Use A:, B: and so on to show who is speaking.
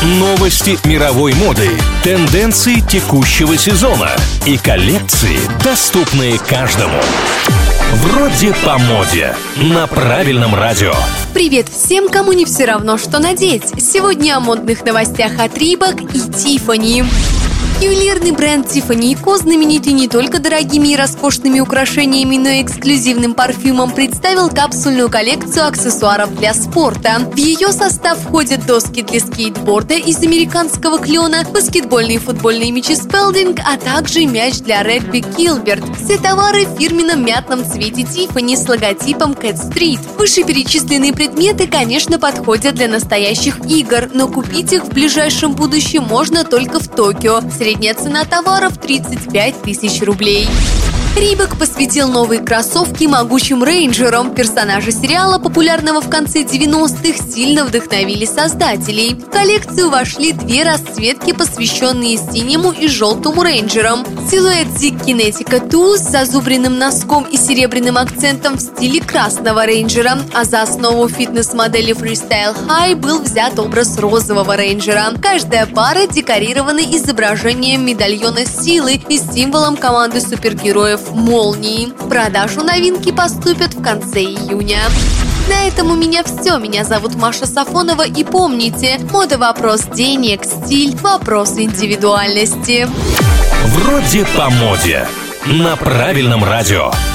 A: Новости мировой моды, тенденции текущего сезона и коллекции, доступные каждому. Вроде по моде на правильном радио.
B: Привет всем, кому не все равно, что надеть. Сегодня о модных новостях от Reebok и Tiffany. Ювелирный бренд Tiffany & Co, знаменитый не только дорогими и роскошными украшениями, но и эксклюзивным парфюмом, представил капсульную коллекцию аксессуаров для спорта. В ее состав входят доски для скейтборда из американского клена, баскетбольные и футбольные мячи Spalding, а также мяч для регби Gilbert. Все товары в фирменном мятном цвете Tiffany с логотипом Cat Street. Вышеперечисленные предметы, конечно, подходят для настоящих игр, но купить их в ближайшем будущем можно только в Токио. Средняя цена товаров – 35 тысяч рублей. Reebok посвятил новые кроссовки могучим рейнджерам. Персонажи сериала, популярного в конце 90-х, сильно вдохновили создателей. В коллекцию вошли две расцветки, посвященные синему и желтому рейнджерам. Силуэт Zig Kinetica 2 с зазубренным носком и серебряным акцентом в стиле красного рейнджера, а за основу фитнес-модели Freestyle High был взят образ розового рейнджера. Каждая пара декорирована изображением медальона силы и символом команды супергероев молнии. В продажу новинки поступят в конце июня. На этом у меня все. Меня зовут Маша Сафонова, и помните, мода – вопрос денег, стиль – вопрос индивидуальности.
A: Вроде по моде на правильном радио.